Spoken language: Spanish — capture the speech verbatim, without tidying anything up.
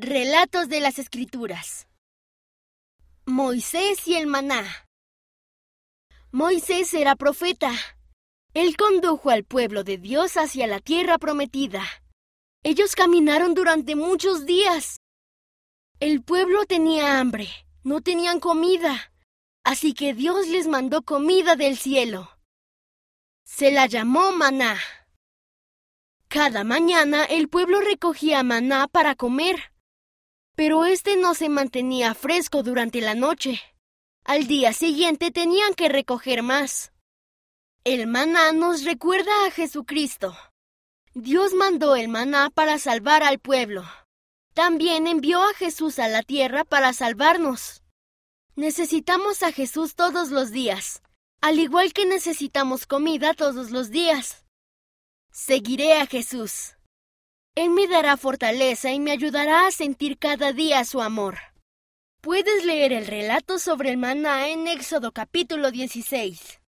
Relatos de las Escrituras. Moisés y el maná. Moisés era profeta. Él condujo al pueblo de Dios hacia la tierra prometida. Ellos caminaron durante muchos días. El pueblo tenía hambre, no tenían comida, así que Dios les mandó comida del cielo. Se la llamó maná. Cada mañana el pueblo recogía maná para comer, pero este no se mantenía fresco durante la noche. Al día siguiente tenían que recoger más. El maná nos recuerda a Jesucristo. Dios mandó el maná para salvar al pueblo. También envió a Jesús a la tierra para salvarnos. Necesitamos a Jesús todos los días, al igual que necesitamos comida todos los días. Seguiré a Jesús. Él me dará fortaleza y me ayudará a sentir cada día su amor. Puedes leer el relato sobre el maná en Éxodo capítulo dieciséis.